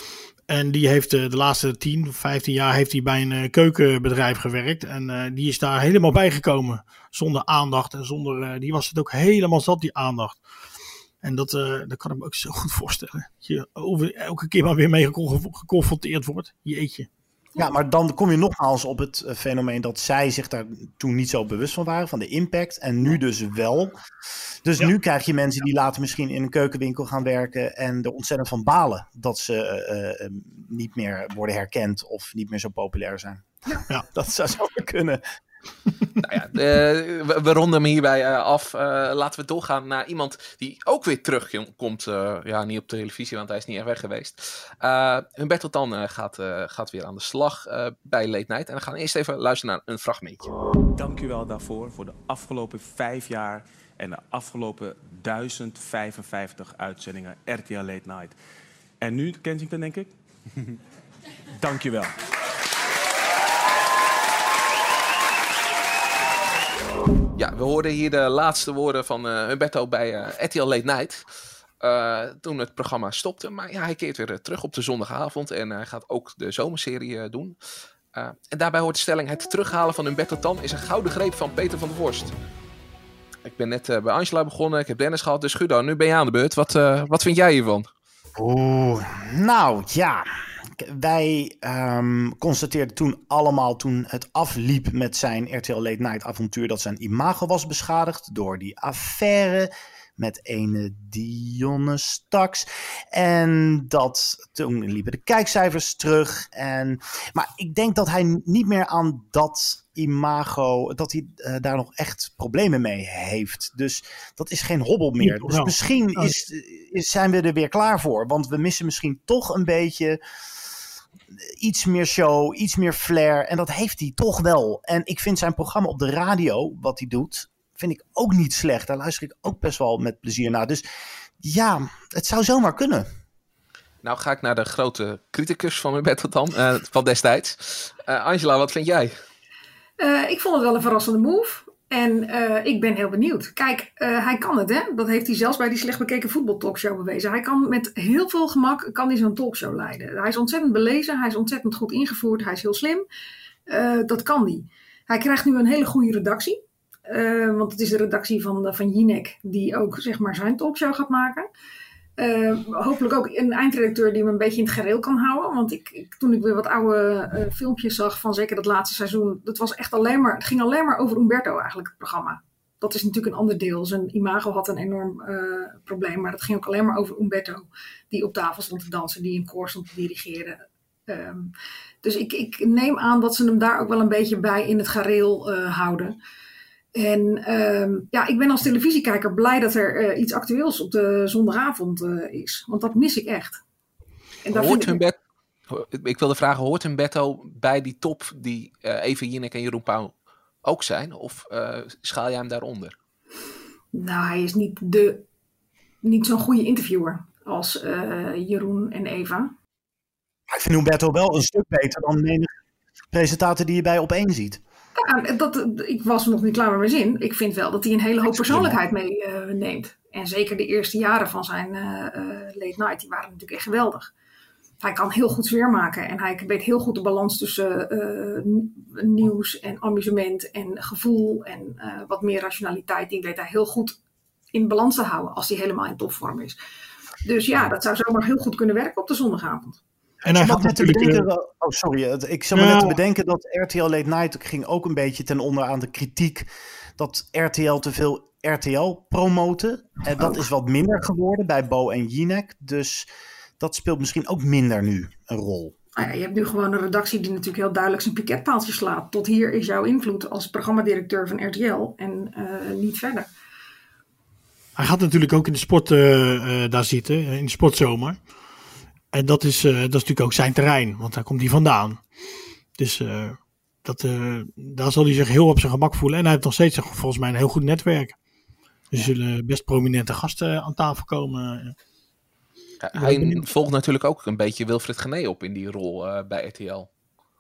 En die heeft uh, de laatste tien, vijftien jaar heeft hij bij een uh, keukenbedrijf gewerkt. En uh, die is daar helemaal bijgekomen. Zonder aandacht. En zonder, uh, die was het ook helemaal zat, die aandacht. En dat, uh, dat kan ik me ook zo goed voorstellen. Dat je over, elke keer maar weer mee geconfronteerd wordt. Jeetje. Ja, maar dan kom je nogmaals op het uh, fenomeen dat zij zich daar toen niet zo bewust van waren. Van de impact. En nu dus wel. Dus ja. Nu krijg je mensen die later misschien in een keukenwinkel gaan werken. En er ontzettend van balen dat ze uh, uh, niet meer worden herkend. Of niet meer zo populair zijn. Ja. Ja. Dat zou zo kunnen. Nou ja, uh, we, we ronden hem hierbij uh, af. Uh, laten we doorgaan naar iemand die ook weer terugkomt. Uh, ja, niet op televisie, want hij is niet echt weg geweest. Uh, Humberto Tan uh, gaat, uh, gaat weer aan de slag uh, bij Late Night. En we gaan eerst even luisteren naar een fragmentje. Dank u wel daarvoor, voor de afgelopen vijf jaar en de afgelopen duizend vijfenvijftig uitzendingen R T L Late Night. En nu Kensington, denk ik. Dank je wel. Ja, we hoorden hier de laatste woorden van uh, Humberto bij uh, R T L Late Night. Uh, toen het programma stopte. Maar ja, hij keert weer uh, terug op de zondagavond. En hij uh, gaat ook de zomerserie uh, doen. Uh, en daarbij hoort de stelling: het terughalen van Humberto Tan is een gouden greep van Peter van der Vorst. Ik ben net uh, bij Angela begonnen. Ik heb Dennis gehad. Dus Guido, nu ben je aan de beurt. Wat, uh, wat vind jij hiervan? Oeh, nou ja... Wij um, constateerden toen allemaal, toen het afliep met zijn R T L Late Night avontuur, dat zijn imago was beschadigd door die affaire met ene Dionne Staks. En dat toen liepen de kijkcijfers terug. En, maar ik denk dat hij niet meer aan dat imago, dat hij uh, daar nog echt problemen mee heeft. Dus dat is geen hobbel meer. Dus misschien is, is, zijn we er weer klaar voor. Want we missen misschien toch een beetje... iets meer show, iets meer flair. En dat heeft hij toch wel. En ik vind zijn programma op de radio, wat hij doet, vind ik ook niet slecht. Daar luister ik ook best wel met plezier naar. Dus ja, het zou zomaar kunnen. Nou ga ik naar de grote criticus van Humberto Tan, uh, van destijds. Uh, Angela, wat vind jij? Uh, ik vond het wel een verrassende move. En uh, ik ben heel benieuwd. Kijk, uh, hij kan het, hè. Dat heeft hij zelfs bij die slecht bekeken voetbaltalkshow bewezen. Hij kan met heel veel gemak kan hij zo'n talkshow leiden. Hij is ontzettend belezen, hij is ontzettend goed ingevoerd, hij is heel slim. Uh, dat kan hij. Hij krijgt nu een hele goede redactie. Uh, want het is de redactie van, van Jinek die ook zeg maar zijn talkshow gaat maken. Uh, hopelijk ook een eindredacteur die me een beetje in het gareel kan houden. Want ik, ik, toen ik weer wat oude uh, filmpjes zag van zeker dat laatste seizoen. Dat was echt alleen maar, het ging alleen maar over Humberto eigenlijk, het programma. Dat is natuurlijk een ander deel. Zijn imago had een enorm uh, probleem. Maar dat ging ook alleen maar over Humberto. Die op tafel stond te dansen, die een koor stond te dirigeren. Um, dus ik, ik neem aan dat ze hem daar ook wel een beetje bij in het gareel uh, houden. En um, ja, ik ben als televisiekijker blij dat er uh, iets actueels op de zondagavond uh, is. Want dat mis ik echt. En daar hoort vind ik... Humberto, ik wilde vragen, hoort Humberto bij die top die uh, Eva Jinek en Jeroen Pauw ook zijn? Of uh, schaal jij hem daaronder? Nou, hij is niet, de, niet zo'n goede interviewer als uh, Jeroen en Eva. Ik vind Humberto wel een stuk beter dan menige presentator die je bij Op één ziet. Ja, dat, ik was nog niet klaar met mijn zin. Ik vind wel dat hij een hele hoop persoonlijkheid meeneemt. Uh, en zeker de eerste jaren van zijn uh, uh, late night, die waren natuurlijk echt geweldig. Hij kan heel goed sfeer maken en hij weet heel goed de balans tussen uh, nieuws en amusement en gevoel en uh, wat meer rationaliteit. Die weet hij heel goed in balans te houden als hij helemaal in topvorm is. Dus ja, dat zou zomaar heel goed kunnen werken op de zondagavond. En hij gaat natuurlijk... Bedenken, oh, sorry. Ik zat me ja. net te bedenken dat R T L Late Night ging ook een beetje ten onder aan de kritiek dat R T L te veel R T L promoten. En dat is wat minder geworden bij Bo en Jinek. Dus dat speelt misschien ook minder nu een rol. Nou ja, je hebt nu gewoon een redactie die natuurlijk heel duidelijk zijn piketpaaltje slaat. Tot hier is jouw invloed als programmadirecteur van R T L en uh, niet verder. Hij gaat natuurlijk ook in de sport uh, uh, daar zitten, in de sportzomer. En dat is, uh, dat is natuurlijk ook zijn terrein, want daar komt hij vandaan. Dus uh, dat, uh, daar zal hij zich heel op zijn gemak voelen. En hij heeft nog steeds volgens mij een heel goed netwerk. Er zullen best prominente gasten aan tafel komen. Ja, hij volgt natuurlijk ook een beetje Wilfried Genee op in die rol uh, bij R T L.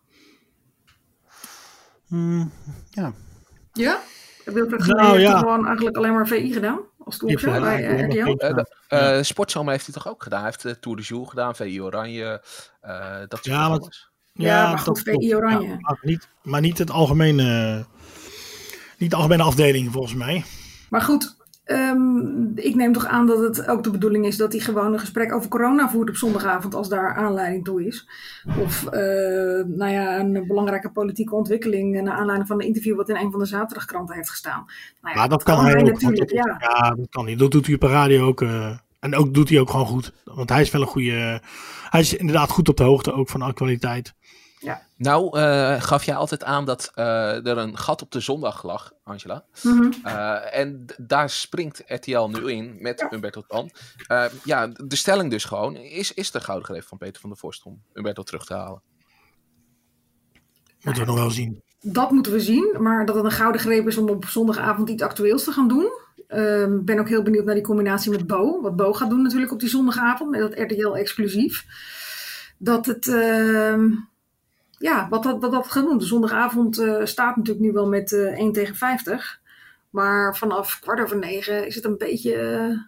Mm, ja. Ja? Wilfried Genee nou, heeft ja. gewoon eigenlijk alleen maar V I gedaan? Als talkshow bij uh, R T L? Uh, uh, Sportzomer heeft hij toch ook gedaan? Hij heeft de Tour de Jour gedaan, V I Oranje, uh, dat soort ja, maar, ja, ja, maar goed, V I Oranje. Ja, maar, niet, maar niet het algemene, niet de algemene afdeling volgens mij. Maar goed, um, ik neem toch aan dat het ook de bedoeling is dat hij gewoon een gesprek over corona voert op zondagavond als daar aanleiding toe is. Of uh, nou ja, een belangrijke politieke ontwikkeling naar aanleiding van een interview wat in een van de zaterdagkranten heeft gestaan. Nou ja, maar dat kan hij ook. Natuurlijk, dat, ja. ja, dat kan hij. Dat doet hij op de radio ook. Uh, en ook doet hij ook gewoon goed. Want hij is wel een goede... Uh, hij is inderdaad goed op de hoogte ook van de actualiteit. Ja. Nou, uh, gaf jij altijd aan dat uh, er een gat op de zondag lag, Angela. Mm-hmm. Uh, en d- daar springt R T L nu in met ja. Humberto Tan. Uh, ja, de stelling dus gewoon. Is, is de gouden greep van Peter van der Vorst om Humberto terug te halen? Moeten we nog wel zien. Dat moeten we zien. Maar dat het een gouden greep is om op zondagavond iets actueels te gaan doen. Ik uh, ben ook heel benieuwd naar die combinatie met Bo. Wat Bo gaat doen natuurlijk op die zondagavond. Met dat R T L exclusief. Dat het... Uh, Ja, wat dat, wat dat gaat doen. De zondagavond uh, staat natuurlijk nu wel met uh, één tegen vijftig. Maar vanaf kwart over negen is het een beetje... Uh,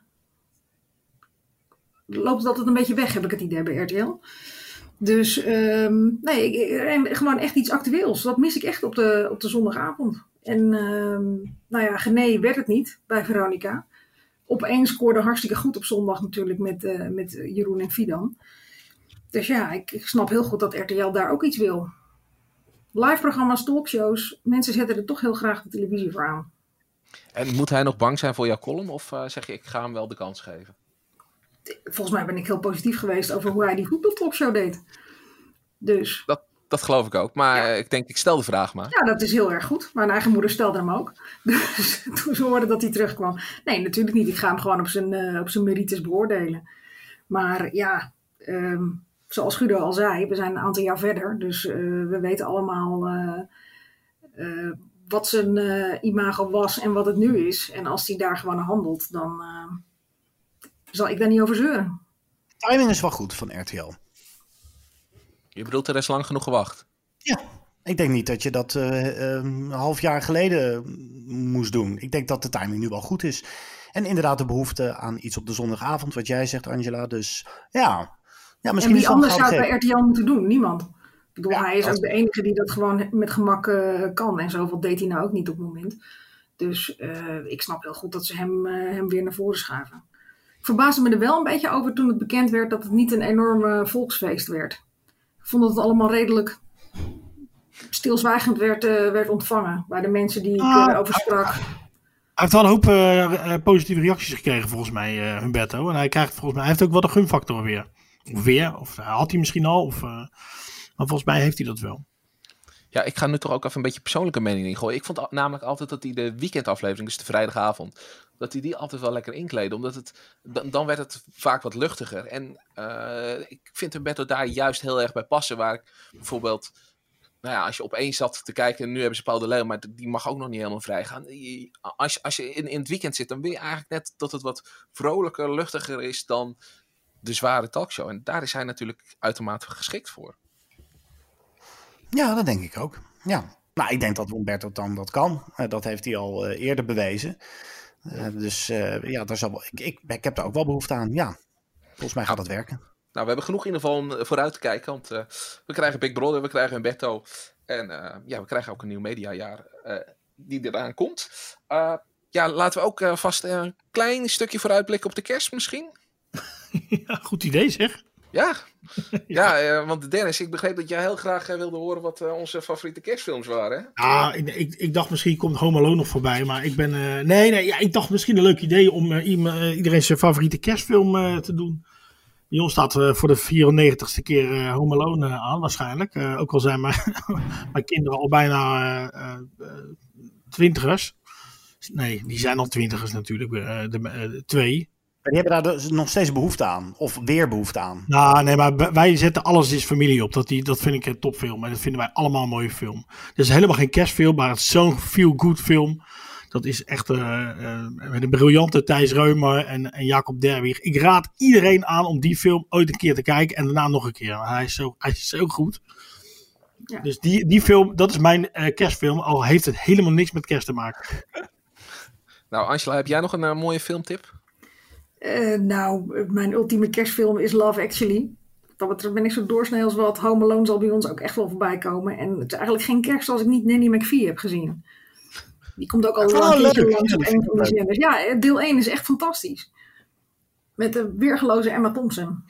loopt het altijd een beetje weg, heb ik het idee bij R T L. Dus um, nee, ik, gewoon echt iets actueels. Dat mis ik echt op de, op de zondagavond. En um, nou ja, Genee werd het niet bij Veronica. Op één scoorde hartstikke goed op zondag natuurlijk met, uh, met Jeroen en Fidan. Dus ja, ik, ik snap heel goed dat R T L daar ook iets wil. Live-programma's, talkshows, mensen zetten er toch heel graag de televisie voor aan. En moet hij nog bang zijn voor jouw column? Of uh, zeg je, ik ga hem wel de kans geven? Volgens mij ben ik heel positief geweest over hoe hij die voetbaltalkshow deed. Dus. Dat, dat geloof ik ook. Maar ja. ik denk, ik stel de vraag maar. Ja, dat is heel erg goed. Mijn eigen moeder stelde hem ook. Dus toen ze hoorden dat hij terugkwam. Nee, natuurlijk niet. Ik ga hem gewoon op zijn, uh, op zijn merites beoordelen. Maar ja... Um, Zoals Guido al zei, we zijn een aantal jaar verder. Dus uh, we weten allemaal uh, uh, wat zijn uh, imago was en wat het nu is. En als hij daar gewoon naar handelt, dan uh, zal ik daar niet over zeuren. Timing is wel goed van R T L. Je bedoelt, er is lang genoeg gewacht? Ja, ik denk niet dat je dat uh, uh, een half jaar geleden moest doen. Ik denk dat de timing nu wel goed is. En inderdaad de behoefte aan iets op de zondagavond, wat jij zegt, Angela. Dus ja... Ja, en wie anders zou het bij R T L moeten doen? Niemand. Ik bedoel, ja, hij is ook de enige die dat gewoon met gemak uh, kan. En zoveel deed hij nou ook niet op het moment. Dus uh, ik snap heel goed dat ze hem, uh, hem weer naar voren schuiven. Ik verbaasde me er wel een beetje over toen het bekend werd dat het niet een enorme volksfeest werd. Ik vond dat het allemaal redelijk stilzwijgend werd, uh, werd ontvangen. Bij de mensen die ik uh, over sprak. Hij heeft wel een hoop uh, positieve reacties gekregen volgens mij, uh, Humberto. En hij krijgt volgens mij, hij heeft ook wel de gunfactor weer. Of weer, of uh, had hij misschien al. Of, uh, maar volgens mij heeft hij dat wel. Ja, ik ga nu toch ook even een beetje persoonlijke mening in gooien. Ik vond al, namelijk altijd dat hij de weekendaflevering, dus de vrijdagavond, dat hij die altijd wel lekker inkleedde. Omdat het, dan, dan werd het vaak wat luchtiger. En uh, ik vind Humberto daar juist heel erg bij passen. Waar ik bijvoorbeeld, nou ja, als je opeens zat te kijken, en nu hebben ze Paul de Leeuw, maar die mag ook nog niet helemaal vrij gaan. Als je, als je in, in het weekend zit, dan wil je eigenlijk net dat het wat vrolijker, luchtiger is dan de zware talkshow. En daar is hij natuurlijk uitermate geschikt voor. Ja, dat denk ik ook. Ja. Nou, ik denk dat Humberto dan dat kan. Uh, dat heeft hij al uh, eerder bewezen. Uh, dus uh, ja, daar zal wel, ik, ik, ik heb daar ook wel behoefte aan. Ja, volgens mij gaat het werken. Nou, we hebben genoeg in ieder geval om vooruit te kijken. Want uh, we krijgen Big Brother, we krijgen Humberto. En uh, ja, we krijgen ook een nieuw mediajaar uh, die eraan komt. Uh, ja, laten we ook uh, vast uh, een klein stukje vooruitblikken op de kerst misschien. Ja, goed idee zeg. Ja, ja. ja uh, want Dennis, ik begreep dat jij heel graag uh, wilde horen wat uh, onze favoriete kerstfilms waren. Hè? Ah, ik, ik, ik dacht misschien komt Home Alone nog voorbij, maar ik ben... Uh, nee, nee, ja, ik dacht misschien een leuk idee om uh, iedereen zijn favoriete kerstfilm uh, te doen. Bij ons staat uh, voor de vierennegentigste keer uh, Home Alone uh, aan waarschijnlijk. Uh, ook al zijn mijn, mijn kinderen al bijna uh, uh, twintigers. Nee, die zijn al twintigers natuurlijk, uh, de, uh, de twee. En die hebben daar dus nog steeds behoefte aan. Of weer behoefte aan. Nou, nee, maar wij zetten Alles is Familie op. Dat, die, dat vind ik een topfilm. En dat vinden wij allemaal een mooie film. Het is helemaal geen kerstfilm, maar het is zo'n feel-good film. Dat is echt uh, uh, met een briljante Thijs Reumer en, en Jacob Derwig. Ik raad iedereen aan om die film ooit een keer te kijken. En daarna nog een keer. Hij is zo, hij is zo goed. Ja. Dus die, die film, dat is mijn uh, kerstfilm. Al heeft het helemaal niks met kerst te maken. Nou, Angela, heb jij nog een uh, mooie filmtip? Uh, nou, mijn ultieme kerstfilm is Love Actually. Dat betreft ben ik zo doorsnee als wat. Home Alone zal bij ons ook echt wel voorbij komen. En het is eigenlijk geen kerst als ik niet Nanny McPhee heb gezien. Die komt ook al oh, een keer leuk. langs op een van de zenders. Ja, deel één is echt fantastisch. Met de weergeloze Emma Thompson.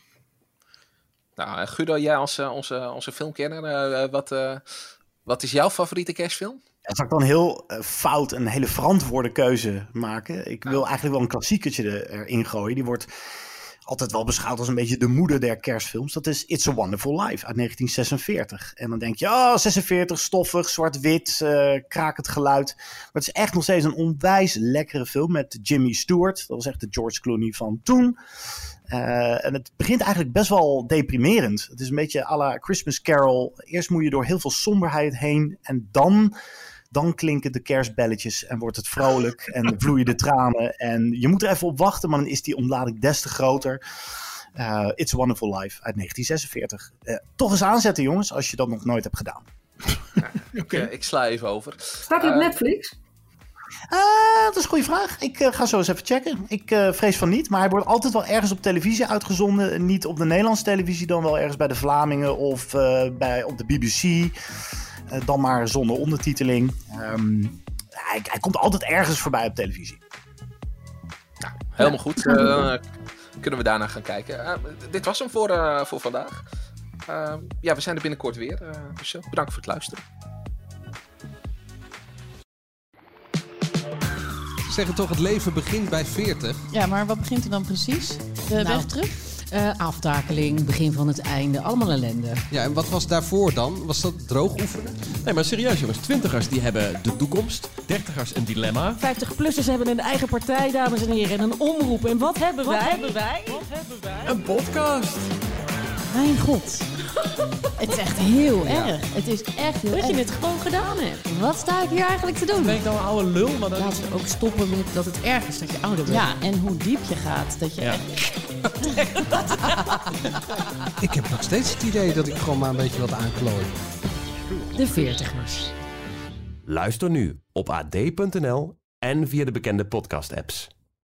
Nou, Guido, jij als uh, onze, onze filmkenner, uh, wat, uh, wat is jouw favoriete kerstfilm? Ja, zal ik dan heel uh, fout een hele verantwoorde keuze maken? Ik wil eigenlijk wel een klassiekertje erin gooien. Die wordt altijd wel beschouwd als een beetje de moeder der kerstfilms. Dat is It's a Wonderful Life uit negentien zesenveertig. En dan denk je, oh, zesenveertig, stoffig, zwart-wit, uh, krakend geluid. Maar het is echt nog steeds een onwijs lekkere film met Jimmy Stewart. Dat was echt de George Clooney van toen. Uh, en het begint eigenlijk best wel deprimerend. Het is een beetje à la Christmas Carol. Eerst moet je door heel veel somberheid heen en dan... Dan klinken de kerstbelletjes en wordt het vrolijk en vloeien de tranen. En je moet er even op wachten, maar dan is die ontlading des te groter. Uh, It's a Wonderful Life uit negentien zesenveertig. Uh, toch eens aanzetten, jongens, als je dat nog nooit hebt gedaan. Ja, ik, uh, ik sla even over. Staat hij op uh, Netflix? Uh, dat is een goede vraag. Ik uh, ga zo eens even checken. Ik uh, vrees van niet, maar hij wordt altijd wel ergens op televisie uitgezonden. Niet op de Nederlandse televisie, dan wel ergens bij de Vlamingen of uh, bij, op de B B C. Uh, dan maar zonder ondertiteling. Um, hij, hij komt altijd ergens voorbij op televisie. Nou, helemaal ja. goed. Uh, kunnen we daarna gaan kijken. Uh, dit was hem voor, uh, voor vandaag. Uh, ja, we zijn er binnenkort weer. Uh, dus uh, bedankt voor het luisteren. Ze zeggen toch, het leven begint bij veertig. Ja, maar wat begint er dan precies? De nou. weg terug? Uh, aftakeling, begin van het einde, allemaal ellende. Ja, en wat was daarvoor dan? Was dat droog oefenen? Nee, maar serieus jongens, twintigers die hebben de toekomst, dertigers een dilemma. vijftig-plussers hebben een eigen partij, dames en heren, en een omroep. En wat hebben wat wij? Hebben wij? Wat hebben wij? Een podcast. Mijn god. Het is echt heel ja. erg. Het is echt heel dat erg. Dat je het gewoon gedaan hebt. Wat sta ik hier eigenlijk te doen? Ben ik nou een oude lul? Maar dan... Laten we ook stoppen met dat het erg is dat je ouder bent. Ja, en hoe diep je gaat. Dat je ja. echt... Ik heb nog steeds het idee dat ik gewoon maar een beetje wat aanklooi. De veertigers. Luister nu op a d punt n l en via de bekende podcast-apps.